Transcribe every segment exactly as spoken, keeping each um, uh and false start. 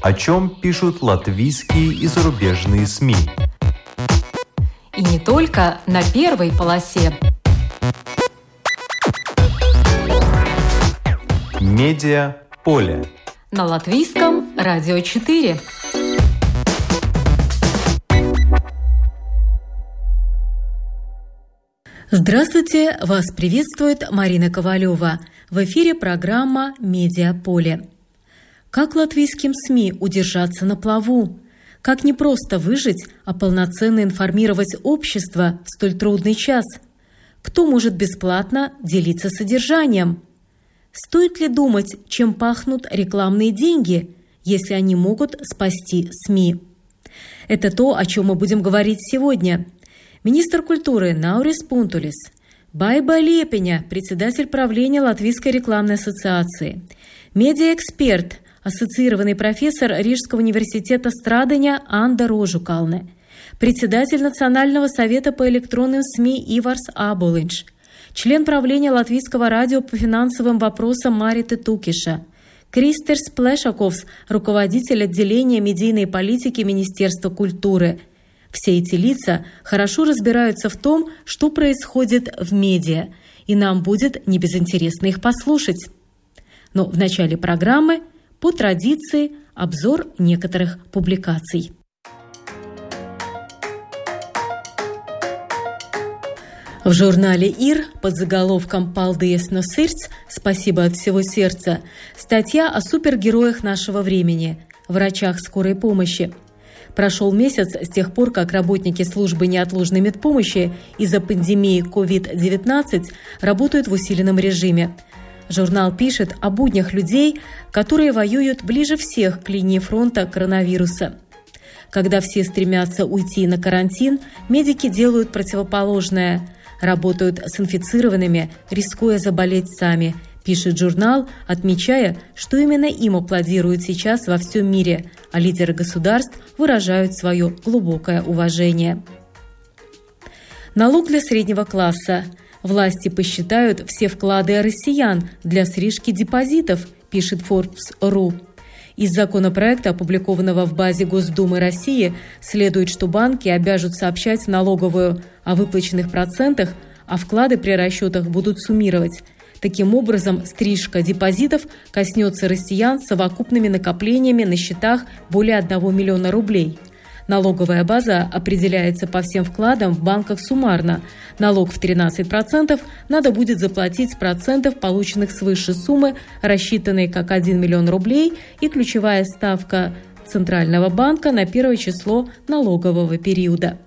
О чем пишут латвийские и зарубежные СМИ. И не только на первой полосе. Медиаполе. На Латвийском радио четыре. Здравствуйте! Вас приветствует Марина Ковалева. В эфире программа «Медиаполе». Как латвийским СМИ удержаться на плаву? Как не просто выжить, а полноценно информировать общество в столь трудный час? Кто может бесплатно делиться содержанием? Стоит ли думать, чем пахнут рекламные деньги, если они могут спасти СМИ? Это то, о чем мы будем говорить сегодня. Министр культуры Наурис Пунтулис, Байба Лепеня, председатель правления Латвийской рекламной ассоциации, медиаэксперт, ассоциированный профессор Рижского университета Страдания Анда Рожукалне, председатель Национального совета по электронным СМИ Иварс Аболинш, член правления Латвийского радио по финансовым вопросам Марита Тукиша, Кристерс Плешаковс, руководитель отделения медийной политики Министерства культуры. Все эти лица хорошо разбираются в том, что происходит в медиа, и нам будет небезынтересно их послушать. Но в начале программы, по традиции, обзор некоторых публикаций. В журнале «Ир» под заголовком «Paldies no sirds» «Спасибо от всего сердца» статья о супергероях нашего времени, врачах скорой помощи. Прошел месяц с тех пор, как работники службы неотложной медпомощи из-за пандемии ковид девятнадцать работают в усиленном режиме. Журнал пишет о буднях людей, которые воюют ближе всех к линии фронта коронавируса. Когда все стремятся уйти на карантин, медики делают противоположное – работают с инфицированными, рискуя заболеть сами, пишет журнал, отмечая, что именно им аплодируют сейчас во всем мире, а лидеры государств выражают свое глубокое уважение. Налог для среднего класса. Власти посчитают все вклады россиян для срежки депозитов, пишет Forbes точка ру. Из законопроекта, опубликованного в базе Госдумы России, следует, что банки обяжут сообщать в налоговую о выплаченных процентах, а вклады при расчетах будут суммировать. Таким образом, стрижка депозитов коснется россиян с совокупными накоплениями на счетах более одного миллиона рублей. Налоговая база определяется по всем вкладам в банках суммарно. Налог в тринадцать процентов надо будет заплатить с процентов, полученных свыше суммы, рассчитанной как один миллион рублей, и ключевая ставка Центрального банка на первое число налогового периода.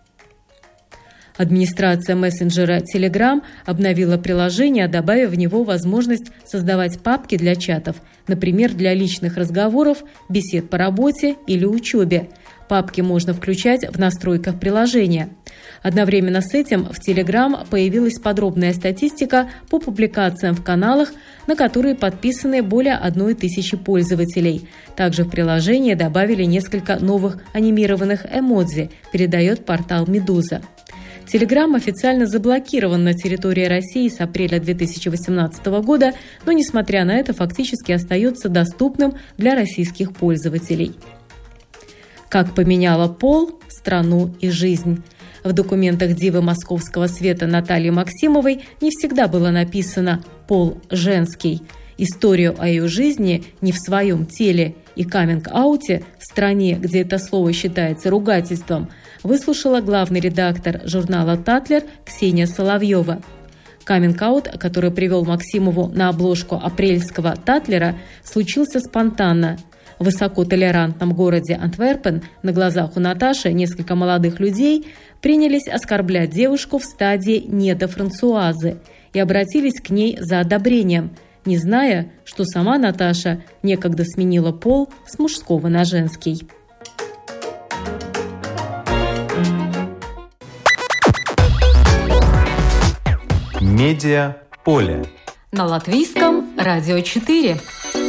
Администрация мессенджера Telegram обновила приложение, добавив в него возможность создавать папки для чатов, например, для личных разговоров, бесед по работе или учебе. Папки можно включать в настройках приложения. Одновременно с этим в Telegram появилась подробная статистика по публикациям в каналах, на которые подписаны более одной тысячи пользователей. Также в приложение добавили несколько новых анимированных эмодзи, передает портал «Медуза». Telegram официально заблокирован на территории России с апреля две тысячи восемнадцатого года, но, несмотря на это, фактически остается доступным для российских пользователей. Как поменяла пол, страну и жизнь. В документах дивы московского света Натальи Максимовой не всегда было написано «пол женский». Историю о ее жизни не в своем теле и каминг-ауте в стране, где это слово считается ругательством, выслушала главный редактор журнала «Татлер» Ксения Соловьева. Каминг-аут, который привел Максимову на обложку апрельского «Татлера», случился спонтанно. В высокотолерантном городе Антверпен на глазах у Наташи несколько молодых людей принялись оскорблять девушку в стадии недофрансуазы и обратились к ней за одобрением, не зная, что сама Наташа некогда сменила пол с мужского на женский. Медиаполе. На Латвийском радио четыре.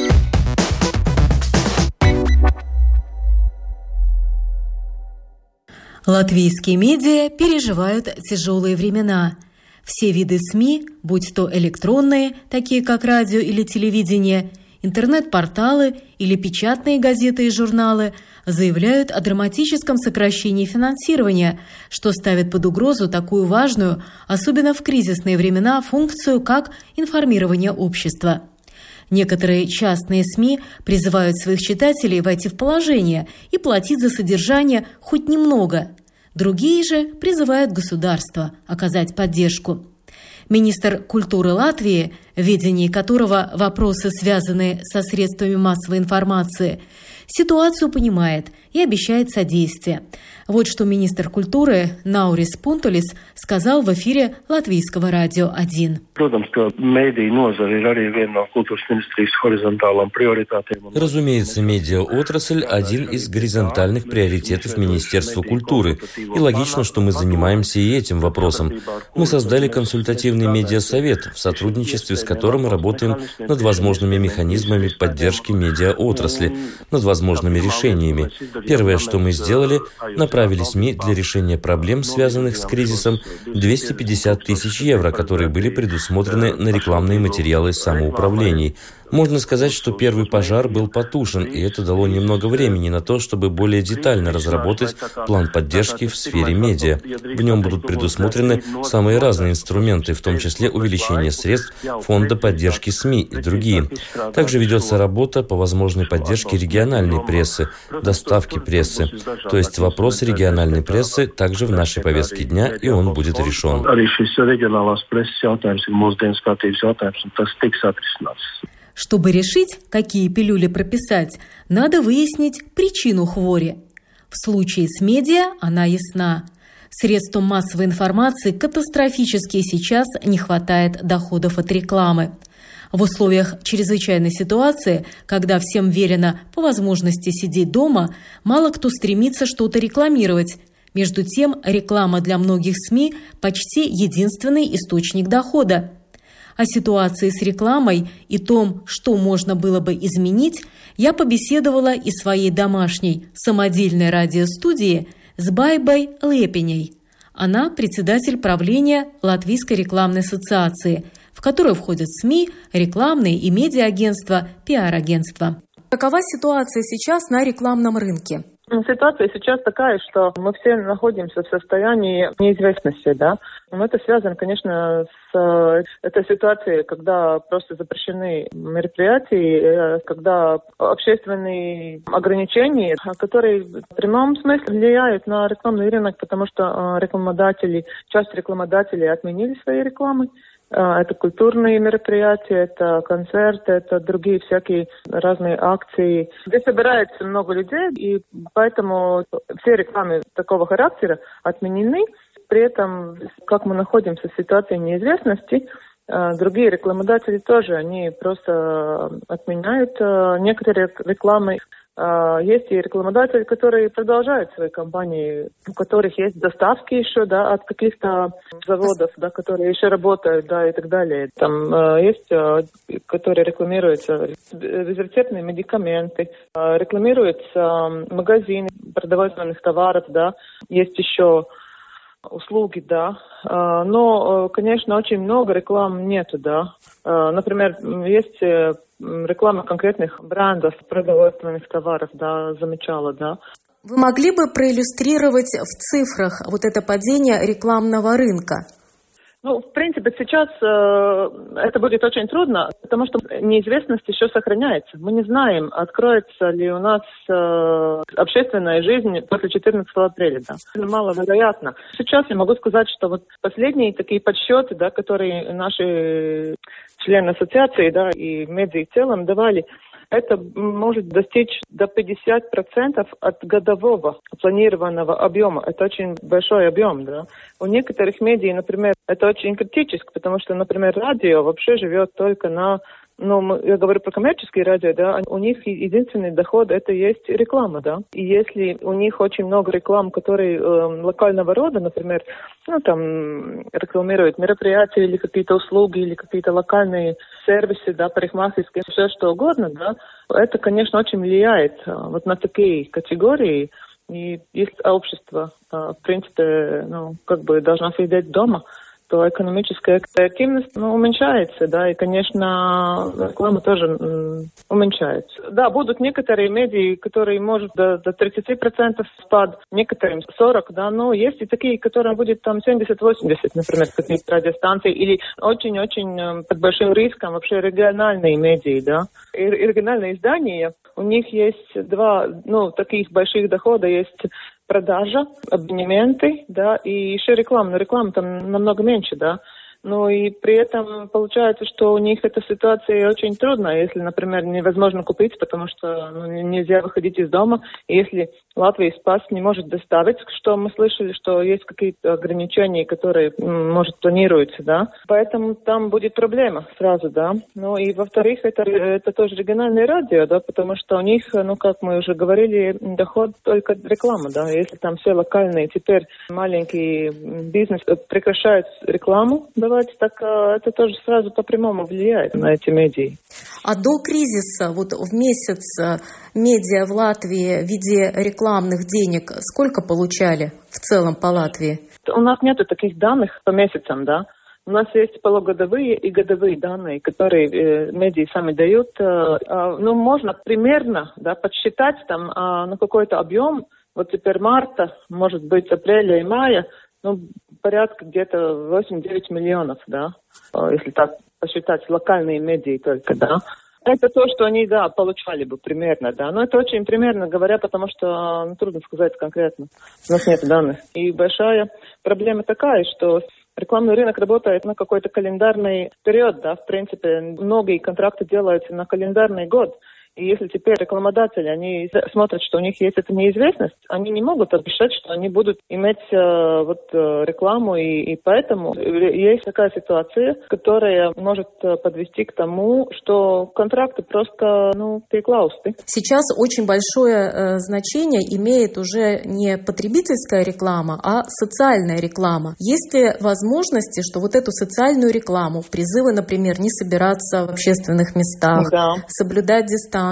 Латвийские медиа переживают тяжелые времена. Все виды СМИ, будь то электронные, такие как радио или телевидение, Интернет-порталы или печатные газеты и журналы заявляют о драматическом сокращении финансирования, что ставит под угрозу такую важную, особенно в кризисные времена, функцию, как информирование общества. Некоторые частные СМИ призывают своих читателей войти в положение и платить за содержание хоть немного. Другие же призывают государство оказать поддержку. Министр культуры Латвии, в ведении которого вопросы, связанные со средствами массовой информации, ситуацию понимает и обещает содействие. Вот что министр культуры Наурис Пунтулис сказал в эфире Латвийского радио один. Разумеется, медиаотрасль – один из горизонтальных приоритетов Министерства культуры. И логично, что мы занимаемся и этим вопросом. Мы создали консультативный медиасовет, в сотрудничестве с которым работаем над возможными механизмами поддержки медиаотрасли, над возможными решениями. Первое, что мы сделали – направили СМИ для решения проблем, связанных с кризисом, двести пятьдесят тысяч евро, которые были предусмотрены на рекламные материалы самоуправлений. Можно сказать, что первый пожар был потушен, и это дало немного времени на то, чтобы более детально разработать план поддержки в сфере медиа. В нем будут предусмотрены самые разные инструменты, в том числе увеличение средств Фонда поддержки СМИ и другие. Также ведется работа по возможной поддержке региональной прессы, доставки прессы. То есть вопрос региональной прессы также в нашей повестке дня, и он будет решен. Чтобы решить, какие пилюли прописать, надо выяснить причину хвори. В случае с медиа она ясна. Средствам массовой информации катастрофически сейчас не хватает доходов от рекламы. В условиях чрезвычайной ситуации, когда всем велено по возможности сидеть дома, мало кто стремится что-то рекламировать. Между тем, реклама для многих СМИ почти единственный источник дохода. О ситуации с рекламой и том, что можно было бы изменить, я побеседовала из своей домашней самодельной радиостудии с Байбой Лепиней. Она председатель правления Латвийской рекламной ассоциации, в которую входят СМИ, рекламные и медиа-агентства, пиар-агентства. Какова ситуация сейчас на рекламном рынке? Ситуация сейчас такая, что мы все находимся в состоянии неизвестности, да. Но это связано, конечно, с этой ситуацией, когда просто запрещены мероприятия, когда общественные ограничения, которые в прямом смысле влияют на рекламный рынок, потому что рекламодатели, часть рекламодателей отменили свои рекламы. Это культурные мероприятия, это концерты, это другие всякие разные акции. Здесь собирается много людей, и поэтому все рекламы такого характера отменены. При этом, как мы находимся в ситуации неизвестности, другие рекламодатели тоже, они просто отменяют некоторые рекламы. Есть и рекламодатели, которые продолжают свои кампании, у которых есть доставки еще, да, от каких-то заводов, да, которые еще работают, да, и так далее. Там э, есть, э, которые рекламируются безрецептные медикаменты, э, рекламируются э, магазины продовольственных товаров, да, есть еще услуги, да, э, но, э, конечно, очень много реклам нету, да. Э, например, есть э, реклама конкретных брендов, продовольственных товаров, да, замечала, да. Вы могли бы проиллюстрировать в цифрах вот это падение рекламного рынка? Ну, в принципе, сейчас э, это будет очень трудно, потому что неизвестность еще сохраняется. Мы не знаем, откроется ли у нас э, общественная жизнь после четырнадцатого апреля. Да. Маловероятно. Сейчас я могу сказать, что вот последние такие подсчеты, да, которые наши члены ассоциации, да, и медиа в целом давали, это может достичь до пятьдесят процентов от годового планированного объема. Это очень большой объем, да. У некоторых медиа, например, это очень критически, потому что, например, радио вообще живет только на, ну, я говорю про коммерческие радио, да, у них единственный доход это есть реклама, да. И если у них очень много реклам, которые э, локального рода, например, ну, там, рекламируют мероприятия или какие-то услуги, или какие-то локальные сервисы, да, парикмахерские, все что угодно, да, это, конечно, очень влияет а, вот на такие категории. И если общество, а, в принципе, ну, как бы должно сидеть дома, то экономическая активность ну, уменьшается, да, и, конечно, реклама тоже м, уменьшается. Да, будут некоторые медиа, которые, может, до, до тридцать процентов спад, некоторым сорок процентов, да, но есть и такие, которым будет там семьдесят-восемьдесят процентов, например, какие-то радиостанции, или очень-очень под большим риском вообще региональные медиа, да. И, и региональные издания, у них есть два, ну, таких больших дохода, есть продажа, абонементы, да, и еще реклама. Но реклама там намного меньше, да. Ну и при этом получается, что у них эта ситуация очень трудная, если, например, невозможно купить, потому что ну, нельзя выходить из дома. И если Латвия Спас не может доставить, что мы слышали, что есть какие-то ограничения, которые, может, планируются, да. Поэтому там будет проблема сразу, да. Ну и во-вторых, это, это тоже региональное радио, да, потому что у них, ну как мы уже говорили, доход только реклама, да. Если там все локальные, теперь маленький бизнес прекращает рекламу давать, так это тоже сразу по-прямому влияет на эти медиа. А до кризиса, вот в месяц медиа в Латвии в виде рекламных денег сколько получали в целом по Латвии? У нас нет таких данных по месяцам, да. У нас есть полугодовые и годовые данные, которые э, медиа сами дают. Э, э, ну, можно примерно, да, подсчитать там э, на какой-то объем. Вот теперь марта, может быть, апреля и мая, ну, порядка где-то восемь-девять миллионов, да, если так посчитать локальные медиа только, да. Это то, что они, да, получали бы примерно, да. Но это очень примерно говоря, потому что ну, трудно сказать конкретно. У нас нет данных. И большая проблема такая, что рекламный рынок работает на какой-то календарный период, да. В принципе, многие контракты делаются на календарный год. И если теперь рекламодатели, они смотрят, что у них есть эта неизвестность, они не могут обещать, что они будут иметь э, вот э, рекламу, и, и поэтому есть такая ситуация, которая может подвести к тому, что контракты просто, ну, переклаусты. Сейчас очень большое э, значение имеет уже не потребительская реклама, а социальная реклама. Есть ли возможности, что вот эту социальную рекламу, призывы, например, не собираться в общественных местах, да. соблюдать дистанцию,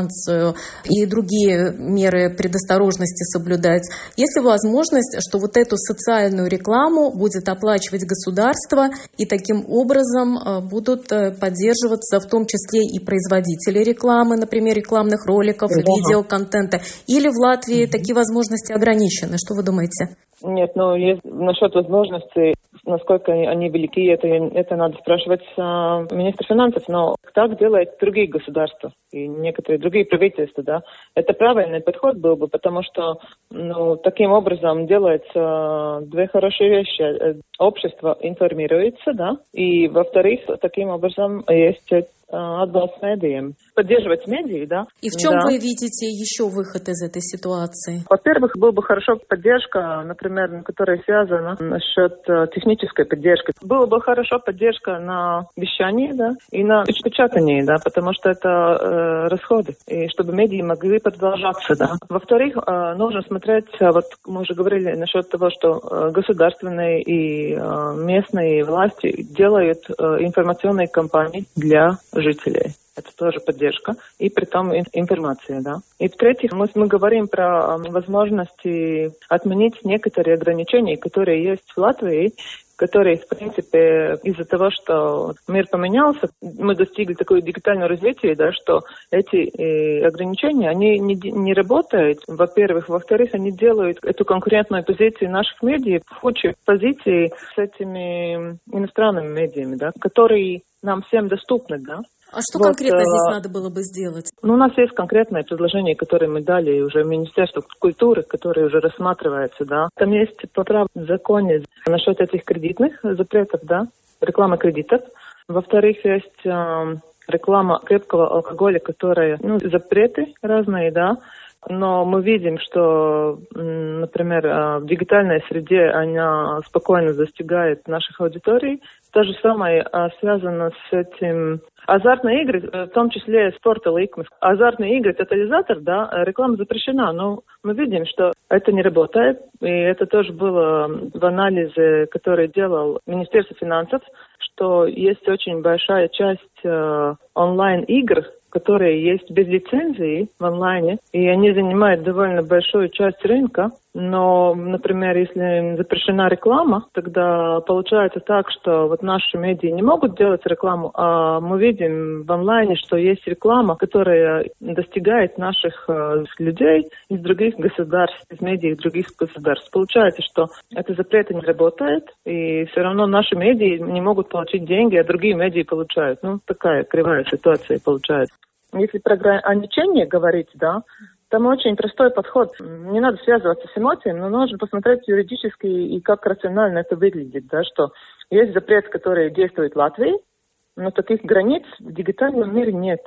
и другие меры предосторожности соблюдать. Есть ли возможность, что вот эту социальную рекламу будет оплачивать государство, и таким образом будут поддерживаться в том числе и производители рекламы, например, рекламных роликов, да. видеоконтента, или в Латвии mm-hmm. такие возможности ограничены? Что вы думаете? Нет, ну, есть, насчет возможностей, насколько они, они велики, это, это надо спрашивать а, министра финансов, но так делают другие государства и некоторые другие правительства, да. Это правильный подход был бы, потому что, ну, таким образом делаются а, две хорошие вещи. Общество информируется, да, и, во-вторых, таким образом есть отбор с медиами. Поддерживать медиа, да. И в чем да. вы видите еще выход из этой ситуации? Во-первых, была бы хорошо поддержка, например, которая связана насчет технической поддержки. Была бы хорошо поддержка на вещании, да, и на печатании, да, потому что это э, расходы, и чтобы медиа могли продолжаться, да. Во-вторых, э, нужно смотреть, вот мы уже говорили насчет того, что э, государственные и э, местные власти делают э, информационные кампании для жителей. Это тоже поддержка. И при том информация, да. И в-третьих, мы, мы говорим про возможности отменить некоторые ограничения, которые есть в Латвии, которые, в принципе, из-за того, что мир поменялся, мы достигли такого дигитального развития, да, что эти э, ограничения, они не, не работают, во-первых. Во-вторых, они делают эту конкурентную позицию наших медиа в худшей позиции с этими иностранными медиами, да, которые нам всем доступны, да. А что вот, конкретно э, здесь надо было бы сделать? Ну, у нас есть конкретное предложение, которое мы дали уже Министерству культуры, которое уже рассматривается, да. Там есть поправка в законе насчет этих кредитных запретов, да, реклама кредитов. Во-вторых, есть э, реклама крепкого алкоголя, которая, ну, запреты разные, да. Но мы видим, что, например, в дигитальной среде она спокойно достигает наших аудиторий. То же самое связано с этим азартные игры, в том числе спорта ликмес. Азартные игры, тотализатор, да, реклама запрещена, но мы видим, что это не работает. И это тоже было в анализе, который делал Министерство финансов, что есть очень большая часть э, онлайн-игр, которые есть без лицензии в онлайне, и они занимают довольно большую часть рынка. Но, например, если запрещена реклама, тогда получается так, что вот наши медиа не могут делать рекламу, а мы видим в онлайне, что есть реклама, которая достигает наших э, людей из других государств, из медиа из других государств. Получается, что это запрет не работает, и все равно наши медиа не могут получить деньги, а другие медиа получают. Ну, такая кривая ситуация получается. Если про ограничения говорить, да, там очень простой подход. Не надо связываться с эмоциями, но нужно посмотреть юридически и как рационально это выглядит. Да, что есть запрет, который действует в Латвии, но таких границ в дигитальном мире нет.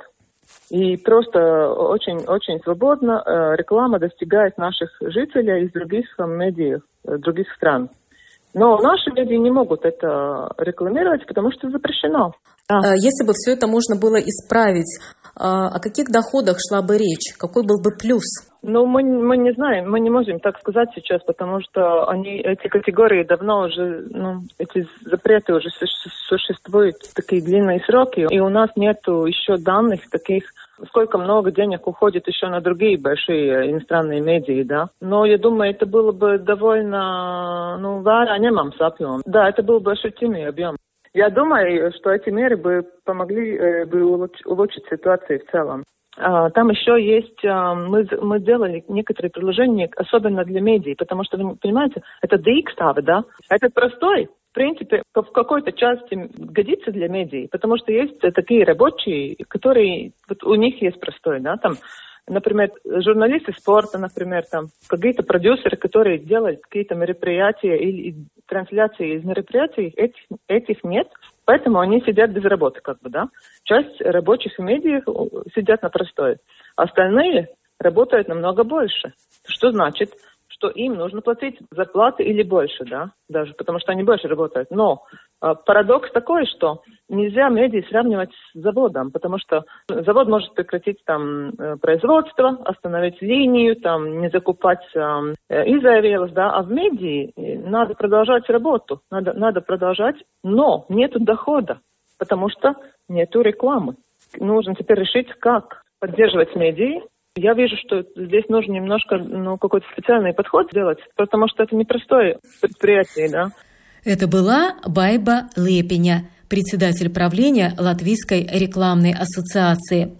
И просто очень-очень свободно э, реклама достигает наших жителей из других э, медиа, э, других стран. Но наши медиа не могут это рекламировать, потому что запрещено. Да. Если бы все это можно было исправить, о каких доходах шла бы речь? Какой был бы плюс? Ну, мы, мы не знаем, мы не можем так сказать сейчас, потому что они, эти категории давно уже, ну, эти запреты уже существуют, такие длинные сроки, и у нас нет еще данных таких, сколько много денег уходит еще на другие большие иностранные медиа, да. Но я думаю, это было бы довольно, ну, вара ņemams apjoms. Да, это был бы ощутимый объем. Я думаю, что эти меры бы помогли э, бы улучшить, улучшить ситуацию в целом. А, там еще есть, а, мы, мы делали некоторые предложения, особенно для медиа, потому что, вы понимаете, это дикстава, да? Это простой, в принципе, в какой-то части годится для медиа, потому что есть такие рабочие, которые, вот у них есть простой, да, там, например, журналисты спорта, например, там, какие-то продюсеры, которые делают какие-то мероприятия или трансляции из мероприятий, этих, этих нет, поэтому они сидят без работы, как бы, да. Часть рабочих в медиа сидят на простое, остальные работают намного больше. Что значит, что им нужно платить зарплаты или больше, да, даже, потому что они больше работают. Но э, парадокс такой, что нельзя медиа сравнивать с заводом, потому что завод может прекратить там производство, остановить линию, там, не закупать э, изоавелос, да, а в медиа надо продолжать работу, надо, надо продолжать, но нету дохода, потому что нету рекламы. Нужно теперь решить, как поддерживать медиа. Я вижу, что здесь нужно немножко, ну, какой-то специальный подход сделать, потому что это непростое предприятие, да. Это была Байба Лепиня, председатель правления Латвийской рекламной ассоциации.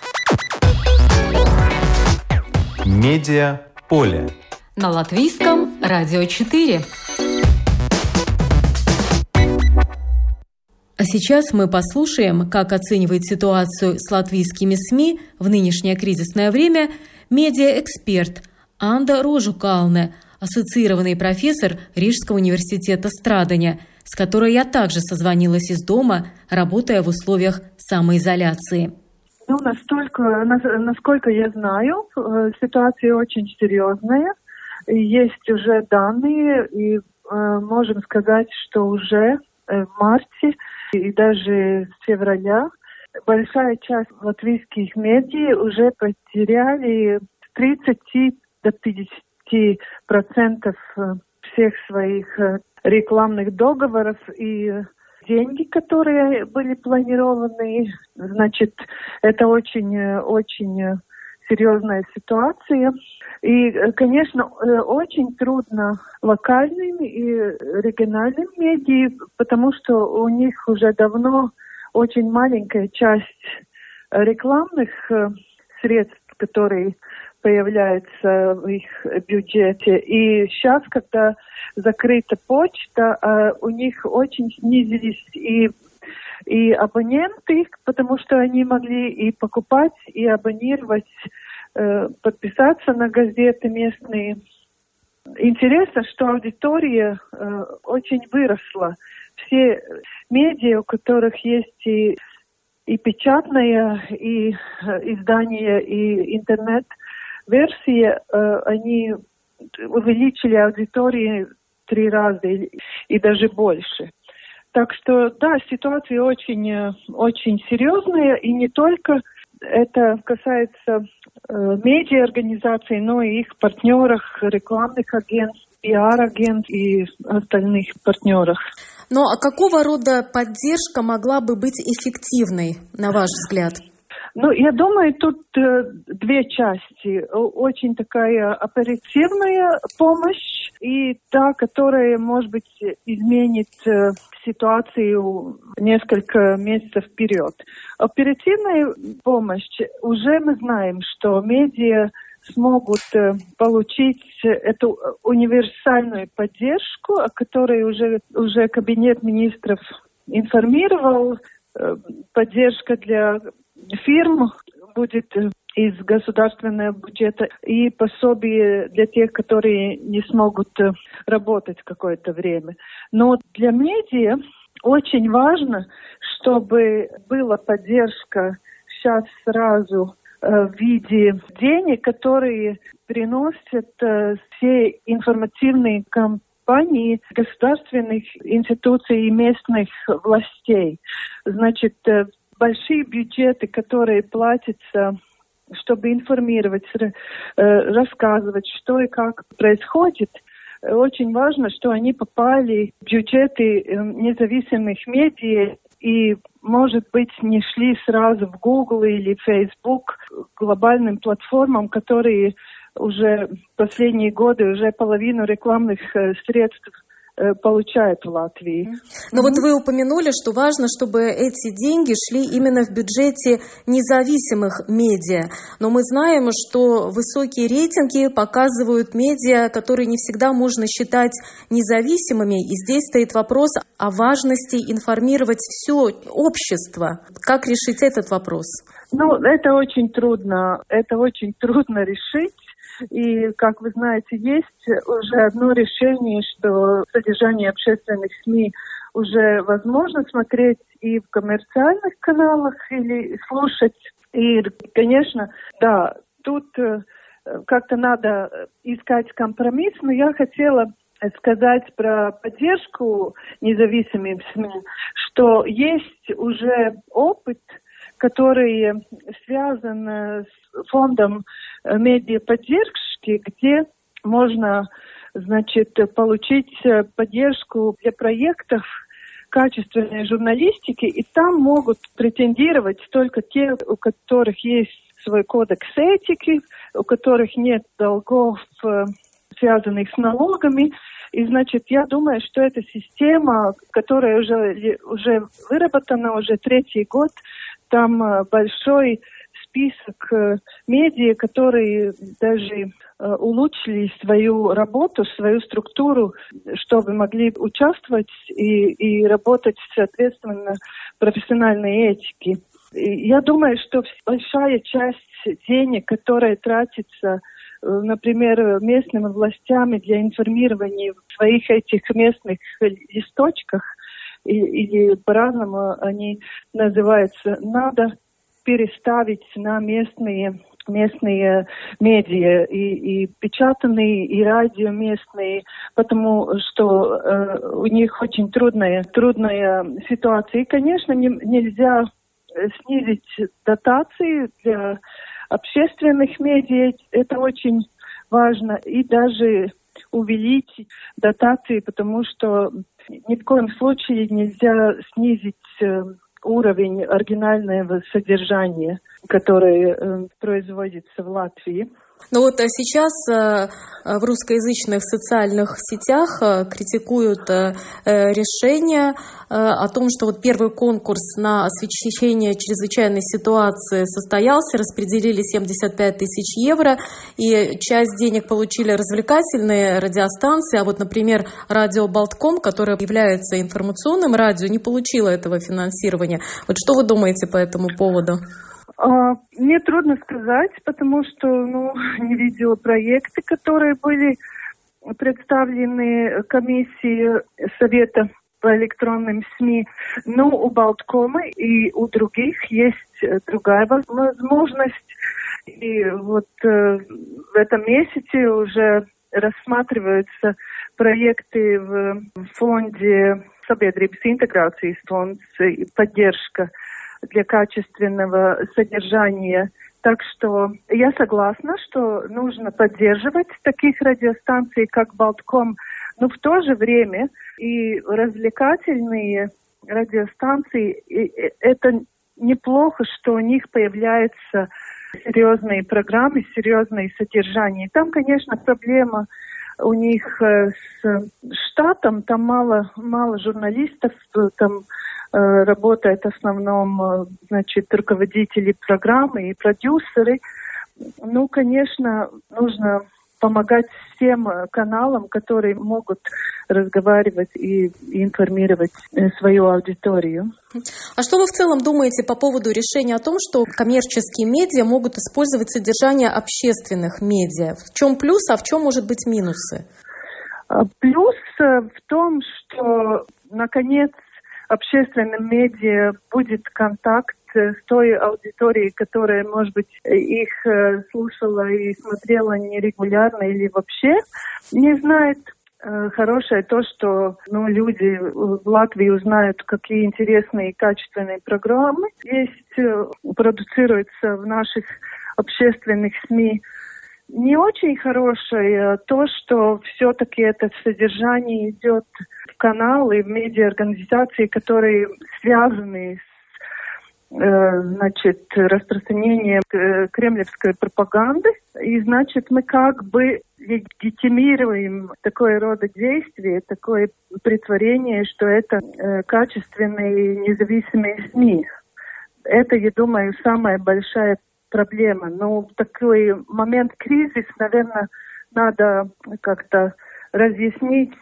Медиа поле. На Латвийском радио четыре. А сейчас мы послушаем, как оценивает ситуацию с латвийскими СМИ в нынешнее кризисное время медиаэксперт Анда Рожукалне, ассоциированный профессор Рижского университета Страдания, с которой я также созвонилась из дома, работая в условиях самоизоляции. Ну, настолько, насколько я знаю, ситуация очень серьезная. Есть уже данные, и можем сказать, что уже в марте и даже с февраля большая часть латвийских медиа уже потеряли тридцать до пятидесяти процентов всех своих рекламных договоров и деньги, которые были планированы. Значит, это очень-очень серьезная ситуация. И, конечно, очень трудно локальным и региональным медиа, потому что у них уже давно очень маленькая часть рекламных средств, которые появляются в их бюджете. И сейчас, когда закрыта почта, у них очень снизились и и абоненты, потому что они могли и покупать, и абонировать, э, подписаться на газеты местные. Интересно, что аудитория э, очень выросла. Все медиа, у которых есть и, и печатное, и э, издание, и интернет-версия, э, они увеличили аудиторию в три раза и, и даже больше. Так что, да, ситуация очень, очень серьезная, и не только это касается э, медиа-организаций, но и их партнеров, рекламных агентств, пиар-агентств и остальных партнеров. Ну, а какого рода поддержка могла бы быть эффективной, на ваш взгляд? Ну, я думаю, тут э, две части. Очень такая оперативная помощь и та, которая, может быть, изменит э, ситуацию несколько месяцев вперед. Оперативная помощь, уже мы знаем, что медиа смогут э, получить эту универсальную поддержку, о которой уже, уже Кабинет министров информировал. Э, поддержка для фирм будет из государственного бюджета и пособие для тех, которые не смогут работать какое-то время. Но для медиа очень важно, чтобы была поддержка сейчас сразу в виде денег, которые приносят все информативные компании государственных институций и местных властей. Значит, большие бюджеты, которые платятся, чтобы информировать, рассказывать, что и как происходит, очень важно, что они попали в бюджеты независимых медиа и, может быть, не шли сразу в Google или Facebook, глобальным платформам, которые уже последние годы уже половину рекламных средств получают в Латвии. Но mm-hmm. вот вы упомянули, что важно, чтобы эти деньги шли именно в бюджете независимых медиа. Но мы знаем, что высокие рейтинги показывают медиа, которые не всегда можно считать независимыми. И здесь стоит вопрос о важности информировать все общество. Как решить этот вопрос? Ну, это очень трудно. Это очень трудно решить. И, как вы знаете, есть уже одно решение, что содержание общественных СМИ уже возможно смотреть и в коммерциальных каналах или слушать. И, конечно, да, тут как-то надо искать компромисс, но я хотела сказать про поддержку независимым СМИ, что есть уже опыт, который связан с фондом медиаподдержки, где можно, значит, получить поддержку для проектов качественной журналистики, и там могут претендировать только те, у которых есть свой кодекс этики, у которых нет долгов, связанных с налогами. И, значит, я думаю, что эта система, которая уже, уже выработана, уже третий год, там большой список медиа, которые даже улучшили свою работу, свою структуру, чтобы могли участвовать и, и работать соответственно профессиональной этике. И я думаю, что большая часть денег, которая тратится, например, местными властями для информирования в своих этих местных листочках, или по-разному они называются, надо переставить на местные, местные медиа, и, и печатные, и радио местные, потому что э, у них очень трудная, трудная ситуация. И, конечно, не, нельзя снизить дотации для общественных медиа, это очень важно, и даже увеличить дотации, потому что ни в коем случае нельзя снизить э, уровень оригинального содержания, которое э, производится в Латвии. Но вот сейчас в русскоязычных социальных сетях критикуют решение о том, что вот первый конкурс на освещение чрезвычайной ситуации состоялся, распределили семьдесят пять тысяч евро, и часть денег получили развлекательные радиостанции, а вот, например, радио Болтком, которое является информационным радио, не получило этого финансирования. Вот что вы думаете по этому поводу? Мне трудно сказать, потому что ну, не видела проекты, которые были представлены комиссии Совета по электронным СМИ. Но у Болткома и у других есть другая возможность. И вот э, в этом месяце уже рассматриваются проекты в фонде Sabiedrības интеграции, фонд поддержка для качественного содержания. Так что я согласна, что нужно поддерживать таких радиостанций, как Болтком, но в то же время и развлекательные радиостанции, и это неплохо, что у них появляются серьезные программы, серьезные содержания. Там, конечно, проблема у них с штатом, там мало, мало журналистов, там э, работают в основном, значит, руководители программы и продюсеры. Ну, конечно, нужно помогать всем каналам, которые могут разговаривать и информировать свою аудиторию. А что вы в целом думаете по поводу решения о том, что коммерческие медиа могут использовать содержание общественных медиа? В чем плюс, а в чем, может быть, минусы? Плюс в том, что, наконец, общественным медиа будет контакт с той аудиторией, которая, может быть, их слушала и смотрела нерегулярно или вообще не знает. Хорошее то, что ну, люди в Латвии узнают, какие интересные и качественные программы есть, продуцируются в наших общественных СМИ. Не очень хорошее то, что все-таки это содержание идет в каналы, в медиаорганизации, которые связаны с значит, распространением кремлевской пропаганды. И, значит, мы как бы легитимируем такое рода действие, такое притворение, что это качественные независимые СМИ. Это, я думаю, самая большая проблема. Но в такой момент кризиса, наверное, надо как-то разъяснить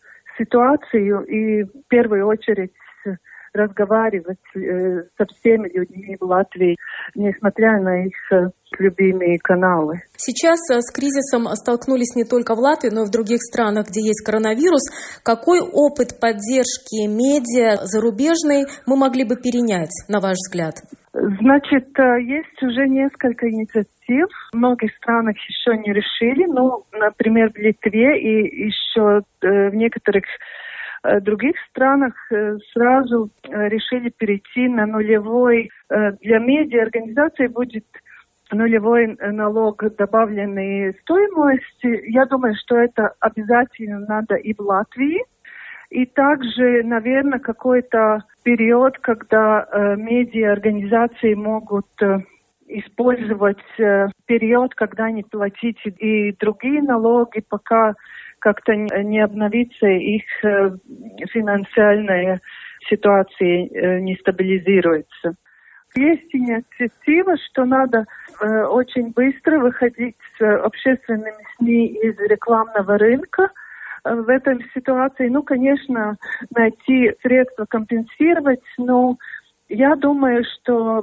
ситуацию и в первую очередь разговаривать э, со всеми людьми в Латвии, несмотря на их э, любимые каналы. Сейчас э, с кризисом столкнулись не только в Латвии, но и в других странах, где есть коронавирус. Какой опыт поддержки медиа зарубежной мы могли бы перенять, на ваш взгляд? Значит, э, есть уже несколько инициатив. В многих странах еще не решили. Ну, например, в Литве и еще э, в некоторых В других странах сразу решили перейти на нулевой. Для медиаорганизации будет нулевой налог добавленной стоимости. Я думаю, что это обязательно надо и в Латвии. И также, наверное, какой-то период, когда медиаорганизации могут использовать период, когда не платить и другие налоги, пока как-то не обновится их финансовая ситуация, не стабилизируется. Есть инициатива, что надо очень быстро выходить с общественными СМИ из рекламного рынка в этой ситуации. Ну, конечно, найти средства компенсировать, но я думаю, что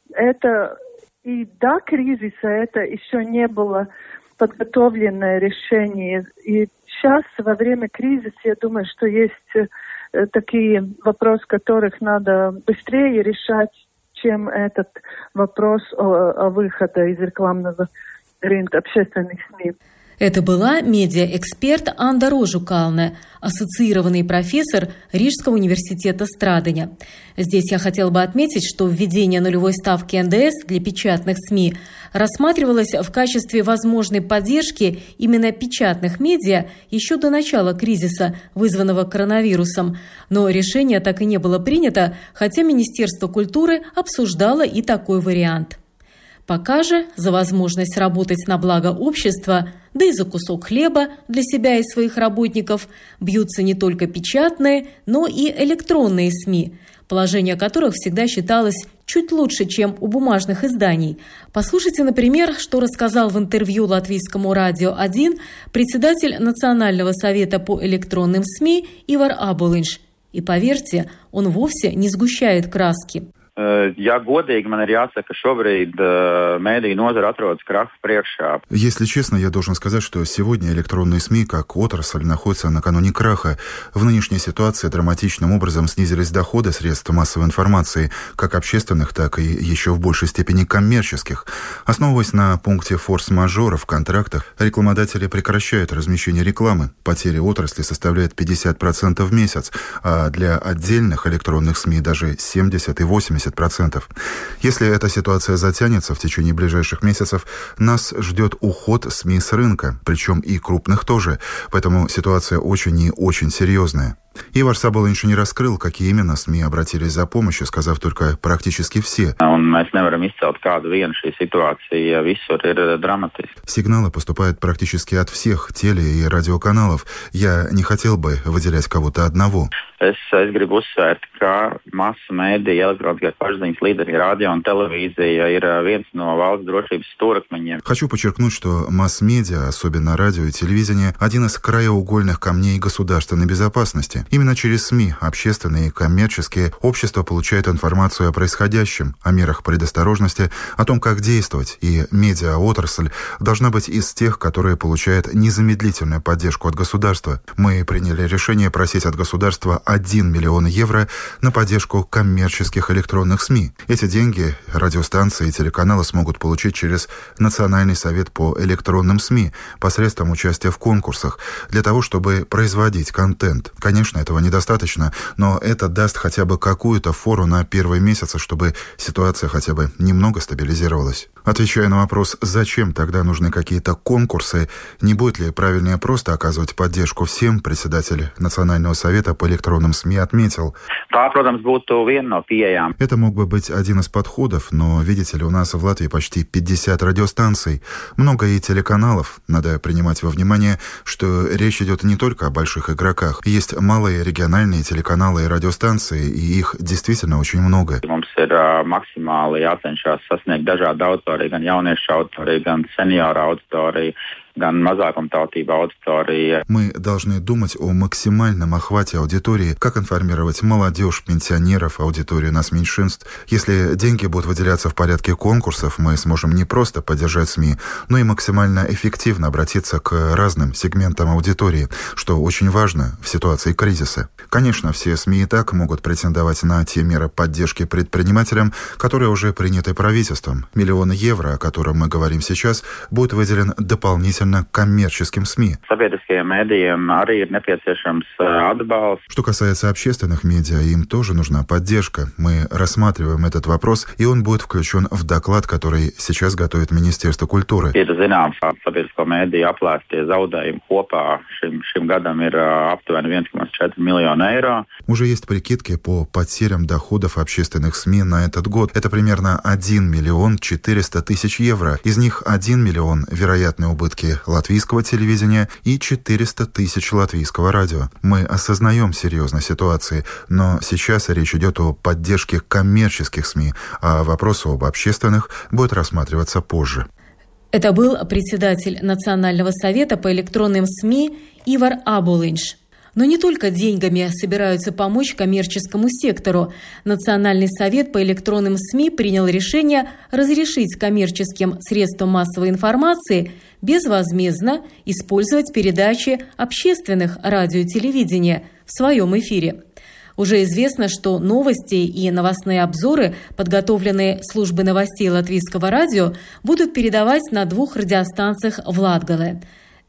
это и до кризиса это еще не было подготовленное решение. И сейчас, во время кризиса, я думаю, что есть э, такие вопросы, которых надо быстрее решать, чем этот вопрос о, о выходе из рекламного рынка общественных СМИ. Это была медиаэксперт Анда Рожукалне, ассоциированный профессор Рижского университета Страдыня. Здесь я хотела бы отметить, что введение нулевой ставки эн дэ эс для печатных СМИ рассматривалось в качестве возможной поддержки именно печатных медиа еще до начала кризиса, вызванного коронавирусом. Но решение так и не было принято, хотя Министерство культуры обсуждало и такой вариант. Пока же за возможность работать на благо общества, да и за кусок хлеба для себя и своих работников бьются не только печатные, но и электронные СМИ, положение которых всегда считалось чуть лучше, чем у бумажных изданий. Послушайте, например, что рассказал в интервью Латвийскому радио один председатель Национального совета по электронным СМИ Ивар Аболинш. И поверьте, он вовсе не сгущает краски. Ja godīgi, man ir jāsaka, šobrīd mēdīju nozara atrodas kraха priekšā. Если честно, я должен сказать, что сегодня электронные СМИ как отрасль находятся накануне краха. В нынешней ситуации драматичным образом снизились доходы средств массовой информации, как общественных, так и еще в большей степени коммерческих. Основываясь на пункте форс-мажора в контрактах, рекламодатели прекращают размещение рекламы. Потери отрасли составляют пятьдесят процентов в месяц, а для отдельных электронных СМИ даже семьдесят и восемьдесят процентов. Если эта ситуация затянется в течение ближайших месяцев, нас ждет уход СМИ с рынка, причем и крупных тоже. Поэтому ситуация очень и очень серьезная. Ивар Саболинш не раскрыл, какие именно СМИ обратились за помощью, сказав только «практически все». Сигналы поступают практически от всех теле- и радиоканалов. Я не хотел бы выделять кого-то одного. Хочу подчеркнуть, что масс-медиа, особенно радио и телевидение, один из краеугольных камней государственной безопасности. Именно через СМИ, общественные и коммерческие, общество получает информацию о происходящем, о мерах предосторожности, о том, как действовать, и медиаотрасль должна быть из тех, которые получают незамедлительную поддержку от государства. Мы приняли решение просить от государства один миллион евро на поддержку коммерческих электронных СМИ. Эти деньги радиостанции и телеканалы смогут получить через Национальный совет по электронным СМИ посредством участия в конкурсах для того, чтобы производить контент. Конечно, этого недостаточно, но это даст хотя бы какую-то фору на первые месяцы, чтобы ситуация хотя бы немного стабилизировалась. Отвечая на вопрос, зачем тогда нужны какие-то конкурсы, не будет ли правильнее просто оказывать поддержку всем, председатель Национального совета по электронным СМИ отметил. Это мог бы быть один из подходов, но, видите ли, у нас в Латвии почти пятьдесят радиостанций, много и телеканалов. Надо принимать во внимание, что речь идет не только о больших игроках. Есть малые региональные телеканалы и радиостанции, и их действительно очень много. Gan jauniešu autori, gan senioru autori, gan mazākumtautību auditorija. Мы должны думать о максимальном охвате аудитории, как информировать молодежь, пенсионеров, аудиторию нас меньшинств. Если деньги будут выделяться в порядке конкурсов, мы сможем не просто поддержать СМИ, но и максимально эффективно обратиться к разным сегментам аудитории, что очень важно в ситуации кризиса. Конечно, все СМИ и так могут претендовать на те меры поддержки предпринимателям, которые уже приняты правительством. Миллион евро, о котором мы говорим сейчас, будет выделен дополнительно коммерческим СМИ. Что касается общественных медиа, им тоже нужна поддержка. Мы рассматриваем этот вопрос, и он будет включен в доклад, который сейчас готовит Министерство культуры. Уже есть прикидки по потерям доходов общественных СМИ на этот год. Это примерно один миллион четыреста тысяч евро. Из них один миллион – вероятные убытки латвийского телевидения и четыреста тысяч латвийского радио. Мы осознаем серьезность ситуации, но сейчас речь идет о поддержке коммерческих СМИ, а вопрос об общественных будет рассматриваться позже. Это был председатель Национального совета по электронным СМИ Ивар Саболинш. Но не только деньгами собираются помочь коммерческому сектору. Национальный совет по электронным СМИ принял решение разрешить коммерческим средствам массовой информации безвозмездно использовать передачи общественных радио и телевидения в своем эфире. Уже известно, что новости и новостные обзоры, подготовленные службой новостей Латвийского радио, будут передавать на двух радиостанциях в Латгале.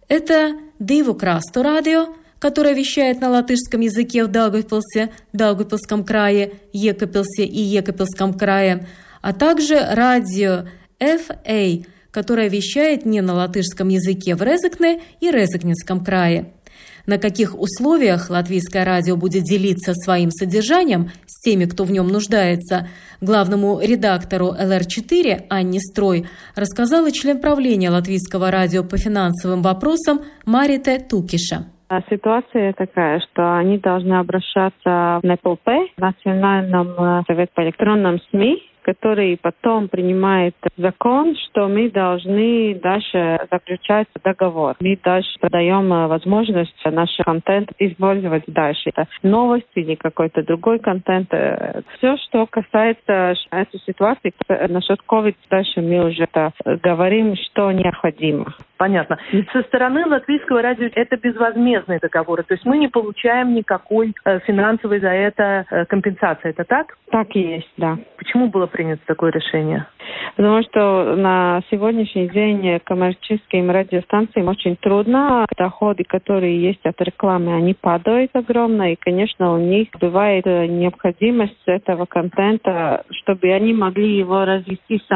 Это Диву Красту радио, которая вещает на латышском языке в Даугавпилсе, Даугавпилском крае, Екапилсе и Екапилском крае, а также радио эф эй, которая вещает не на латышском языке в Резекне и Резекненском крае. На каких условиях латвийское радио будет делиться своим содержанием с теми, кто в нем нуждается, главному редактору эл эр четыре Анне Строй рассказала член правления латвийского радио по финансовым вопросам Марита Тукиша. Ситуация такая, что они должны обращаться в эн пэ эл пэ, Национальном совете по электронным СМИ, который потом принимает закон, что мы должны дальше заключать договор. Мы дальше даем возможность наш контент использовать дальше. Это новости или какой-то другой контент. Все, что касается этой ситуации, насчет ковид, дальше мы уже говорим, что необходимо. Понятно. Со стороны латвийского радио это безвозмездные договоры, то есть мы не получаем никакой финансовой за это компенсации. Это так? Так и есть, да. Почему было принято такое решение? Потому что на сегодняшний день коммерческим радиостанциям очень трудно. Доходы, которые есть от рекламы, они падают огромно. И, конечно, у них бывает необходимость этого контента, чтобы они могли его развести сами.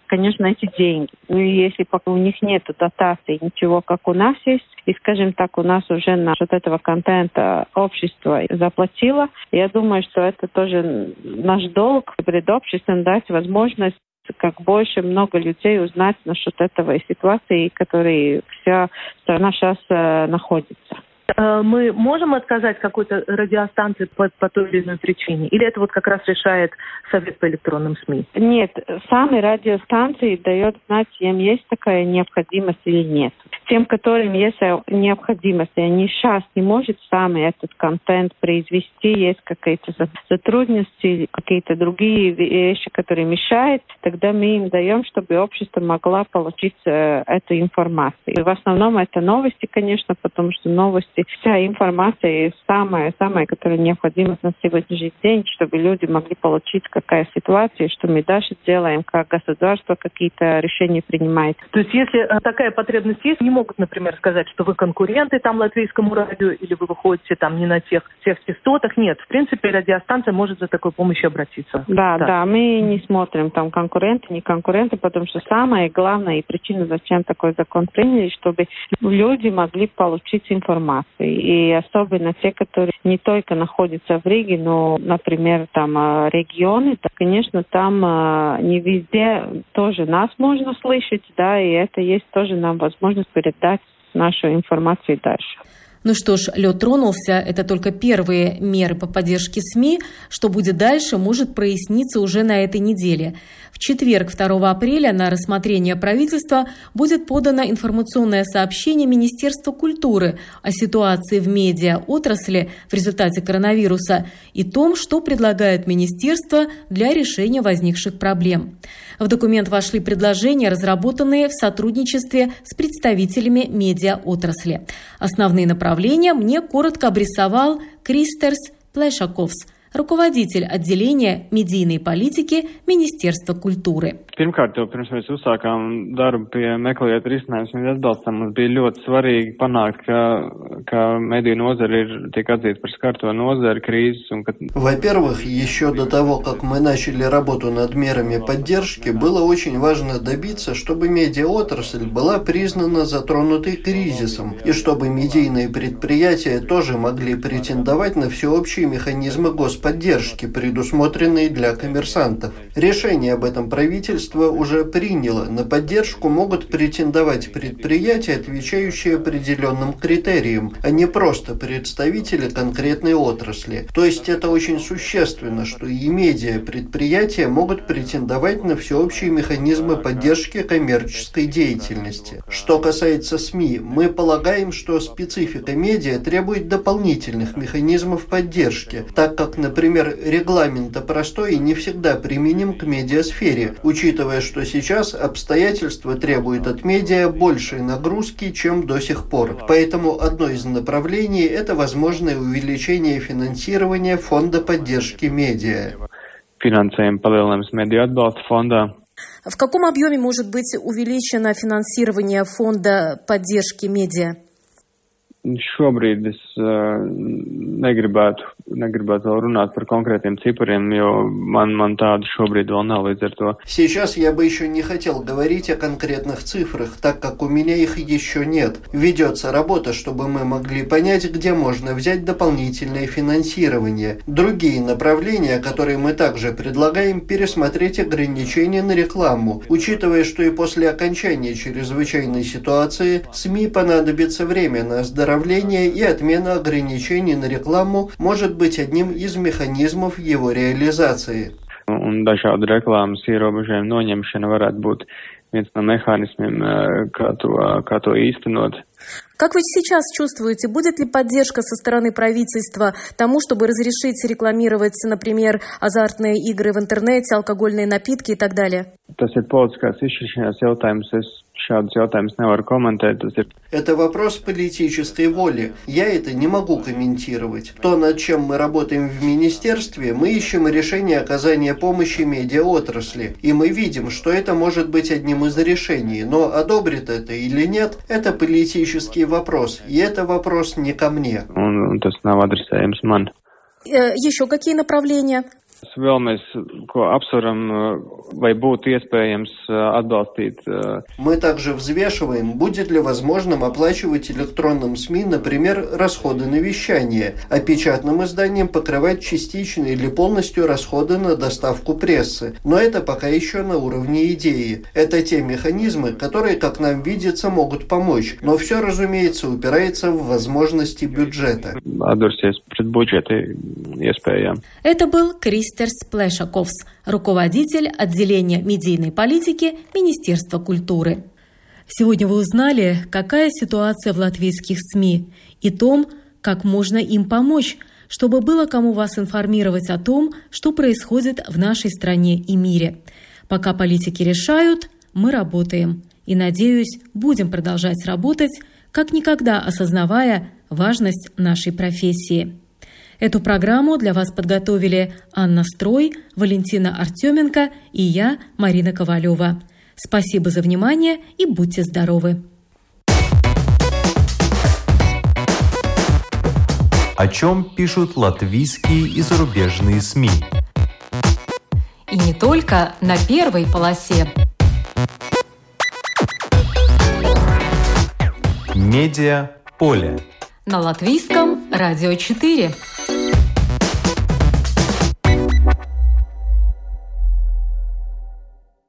конечно, эти деньги. Ну и если пока у них нет дотации, ничего, как у нас есть, и, скажем так, у нас уже на вот этого контента общество заплатило, я думаю, что это тоже наш долг перед обществом дать возможность как больше много людей узнать насчет этого ситуации, в которой вся страна сейчас э, находится. Мы можем отказать какой-то радиостанции по, по той или иной причине? Или это вот как раз решает Совет по электронным СМИ? Нет, сами радиостанции дают знать, им есть такая необходимость или нет. Тем, которым есть необходимость, и они сейчас не могут сами этот контент произвести, есть какие-то затруднения, какие-то другие вещи, которые мешают, тогда мы им даем, чтобы общество могло получить э, эту информацию. И в основном это новости, конечно, потому что новости, вся информация самая-самая, которая необходима на сегодняшний день, чтобы люди могли получить, какая ситуация, что мы дальше делаем, как государство какие-то решения принимает. То есть если такая потребность есть, не могут, например, сказать, что вы конкуренты там латвийскому радио или вы выходите там не на тех, тех частотах. Нет, в принципе, радиостанция может за такой помощью обратиться. Да, да, да, мы не смотрим там конкуренты, не конкуренты, потому что самая главная и причина, зачем такой закон приняли, чтобы люди могли получить информацию. И особенно те, которые не только находятся в Риге, но, например, там регионы, то, конечно, там не везде тоже нас можно слышать, да, и это есть тоже нам возможность передать нашу информацию дальше. Ну что ж, лед тронулся, это только первые меры по поддержке СМИ. Что будет дальше, может проясниться уже на этой неделе. В четверг, второго апреля, на рассмотрение правительства будет подано информационное сообщение Министерства культуры о ситуации в медиаотрасли в результате коронавируса и том, что предлагает министерство для решения возникших проблем. В документ вошли предложения, разработанные в сотрудничестве с представителями медиаотрасли. Основные направления мне коротко обрисовал Кристерс Плешаковс, руководитель отделения медийной политики Министерства культуры. Pirmkārt, jau pirms mēs uzsākām darbu pie meklējot risinājumus un atbalstam, mums bija ļoti svarīgi panākt, ka, ka mediju nozara ir tiek atzīta par skarto nozari krīzes. Un, ka... Во-первых, еще до того, как мы начали работу над мерами поддержки, было очень важно добиться, чтобы медиаотрасль была признана затронутой кризисом, и чтобы медийные предприятия тоже могли претендовать на всеобщие механизмы господдержки, предусмотренные для коммерсантов. Решение об этом правительство уже приняло. На поддержку могут претендовать предприятия, отвечающие определенным критериям, а не просто представители конкретной отрасли. То есть это очень существенно, что и медиа-предприятия могут претендовать на всеобщие механизмы поддержки коммерческой деятельности. Что касается СМИ, мы полагаем, что специфика медиа требует дополнительных механизмов поддержки, так как, например, регламент о простое не всегда применим к медиасфере, учитывая, что сейчас обстоятельства требуют от медиа большей нагрузки, чем до сих пор. Поэтому одно из направлений – это возможное увеличение финансирования фонда поддержки медиа. Финансируем palielinājums mediju atbalsta fondā. В каком объеме может быть увеличено финансирование фонда поддержки медиа? Šobrīd es uh, negribētu, negribētu vēl runāt par konkrētiem cipariem, jo man, man tādu šobrīd vēl nav, līdz ar to. Сейчас я бы еще не хотел говорить о конкретных цифрах, так как у меня их еще нет. Ведется работа, чтобы мы могли понять, где можно взять дополнительное финансирование. Другие направления, которые мы также предлагаем, пересмотреть ограничения на рекламу, учитывая, что и после окончания чрезвычайной ситуации СМИ понадобится время на оздоровление, и отмена ограничений на рекламу может быть одним из механизмов его реализации. Un dažādu reklāmas ierobežojumu noņemšana varētu būt viens no mehānismiem, kā to, kā to īstenot. Как вы сейчас чувствуете, будет ли поддержка со стороны правительства тому, чтобы разрешить рекламировать, например, азартные игры в интернете, алкогольные напитки и так далее? Tas ir politiskās izšķiršanās jautājums. Es šādus jautājumus nevaru komentēt. Tas ir... Это вопрос политической воли. Я это не могу комментировать. То, над чем мы работаем в министерстве, мы ищем решение оказания помощи медиаотрасли. И мы видим, что это может быть одним из решений. Но одобрит это или нет, это политический вопрос. И это вопрос не ко мне. Un, un tas nav adresējams man. Еще какие направления? Vēl mēs ko apsveram, vai būtu iespējams atbalstīt. Мы также взвешиваем, будет ли возможным оплачивать электронным СМИ, например, расходы на вещание, а печатным изданиям покрывать частично или полностью расходы на доставку прессы. Но это пока еще на уровне идеи. Это те механизмы, которые, как нам видится, могут помочь. Но все, разумеется, упирается в возможности бюджета. Это был Кристер Сплешаковс, руководитель отделения медийной политики Министерства культуры. Сегодня вы узнали, какая ситуация в латвийских СМИ и том, как можно им помочь, чтобы было кому вас информировать о том, что происходит в нашей стране и мире. Пока политики решают, мы работаем. И, надеюсь, будем продолжать работать, как никогда осознавая важность нашей профессии. Эту программу для вас подготовили Анна Строй, Валентина Артеменко и я, Марина Ковалева. Спасибо за внимание и будьте здоровы! О чем пишут латвийские и зарубежные СМИ? И не только на первой полосе. Медиа поле. На Латвийском радио четыре.